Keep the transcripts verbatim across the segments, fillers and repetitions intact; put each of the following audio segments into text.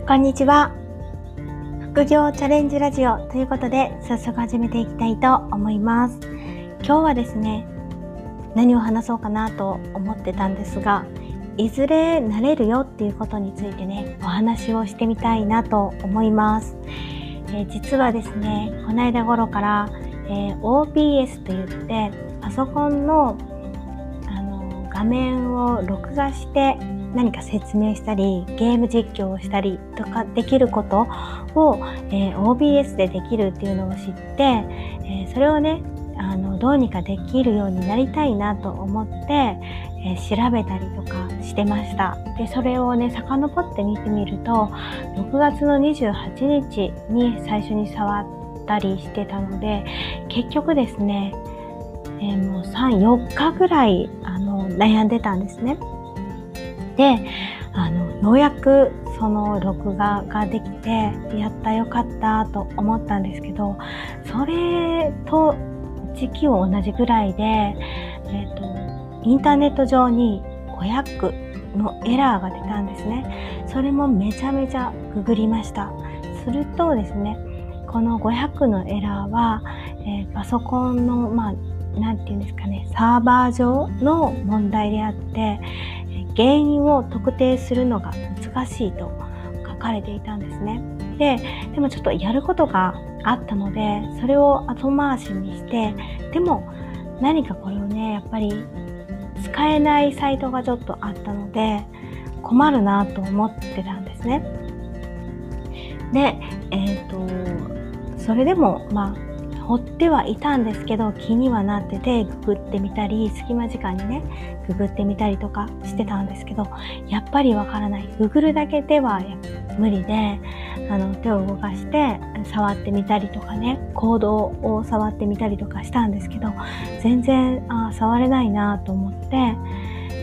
こんにちは。副業チャレンジラジオということで早速始めていきたいと思います。今日はですね、何を話そうかなと思ってたんですが、いずれ慣れるよっていうことについてね、お話をしてみたいなと思います。えー、実はですね、この間頃から、えー、オービーエスといってパソコンの、あの画面を録画して何か説明したりゲーム実況をしたりとかできることを、えー、オービーエス でできるっていうのを知って、えー、それをねあのどうにかできるようになりたいなと思って、えー、調べたりとかしてました。でそれをね遡って見てみるとろくがつのにじゅうはちにちに最初に触ったりしてたので、結局ですね、えー、もうさん、よっかぐらいあの悩んでたんですね。で、あのようやくその録画ができてやったよかったと思ったんですけど、それと時期を同じぐらいで、えっと、インターネット上にごひゃくのエラーが出たんですね。それもめちゃめちゃググりました。するとですね、このごひゃくのエラーは、えー、パソコンの、まあ、なんていうんですかね、サーバー上の問題であって、原因を特定するのが難しいと書かれていたんですね。で、でもちょっとやることがあったので、それを後回しにして、でも何かこれをね、やっぱり使えないサイトがちょっとあったので、困るなと思ってたんですね。で、えっと、それでも、まあ、掘ってはいたんですけど気にはなっててググってみたり隙間時間にねググってみたりとかしてたんですけど、やっぱりわからない。ググるだけでは無理で、あの手を動かして触ってみたりとかね、コードを触ってみたりとかしたんですけど、全然あ触れないなと思って、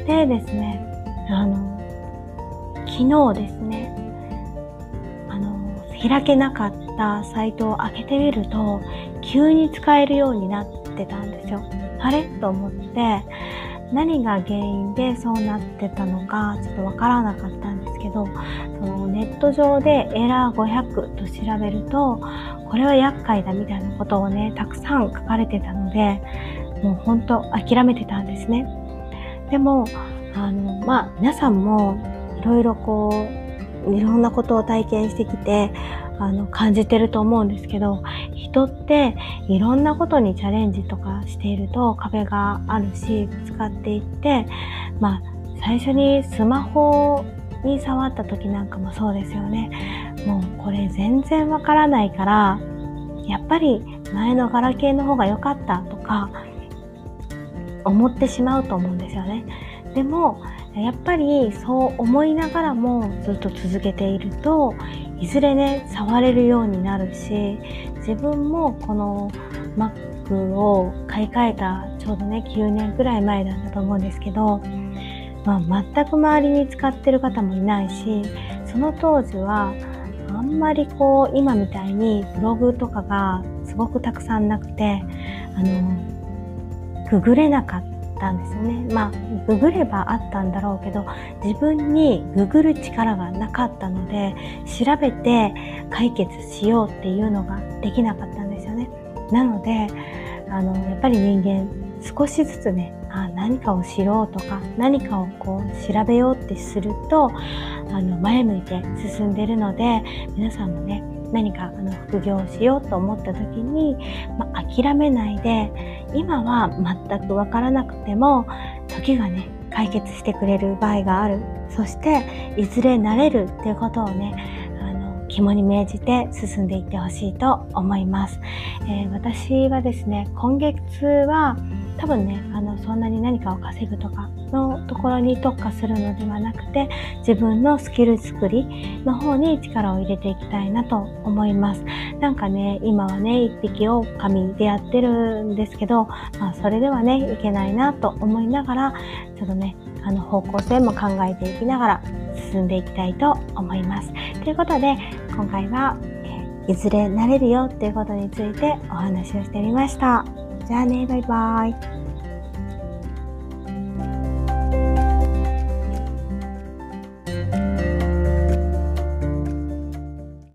でですね、あの昨日ですね、あの開けなかったサイトを開けてみると急に使えるようになってたんですよ。あれと思って何が原因でそうなってたのかちょっとわからなかったんですけど、そのネット上でエラーごひゃくと調べるとこれは厄介だみたいなことをねたくさん書かれてたので、もう本当諦めてたんですね。でもあのまあ皆さんもいろいろこういろんなことを体験してきてあの感じてると思うんですけど、人っていろんなことにチャレンジとかしていると壁があるし使っていって、まあ最初にスマホに触った時なんかもそうですよね。もうこれ全然わからないからやっぱり前のガラケーの方が良かったとか思ってしまうと思うんですよね。でもやっぱりそう思いながらもずっと続けているといずれね触れるようになるし、自分もこの Mac を買い替えたちょうどねきゅうねんくらい前だったと思うんですけど、まあ、全く周りに使ってる方もいないし、その当時はあんまりこう今みたいにブログとかがすごくたくさんなくて、あのググれなかったんですよね。まあググればあったんだろうけど自分にググる力がなかったので調べて解決しようっていうのができなかったんですよね。なのであのやっぱり人間少しずつねあ何かを知ろうとか何かをこう調べようってするとあの前向いて進んでるので、皆さんもね何かあの副業をしようと思った時に、まあ、諦めないで、今は全くわからなくても時がね解決してくれる場合がある。そしていずれ慣れるっていうことをねあの肝に銘じて進んでいってほしいと思います。えー、私はですね今月は多分ねあのそんなに何かを稼ぐとかのところに特化するのではなくて、自分のスキル作りの方に力を入れていきたいなと思います。なんかね今はね一匹狼でやってるんですけど、まあそれではねいけないなと思いながらちょっとねあの方向性も考えていきながら進んでいきたいと思います。ということで今回は、えー、いずれ慣れるよっていうことについてお話をしてみました。じゃあね、バイバイ。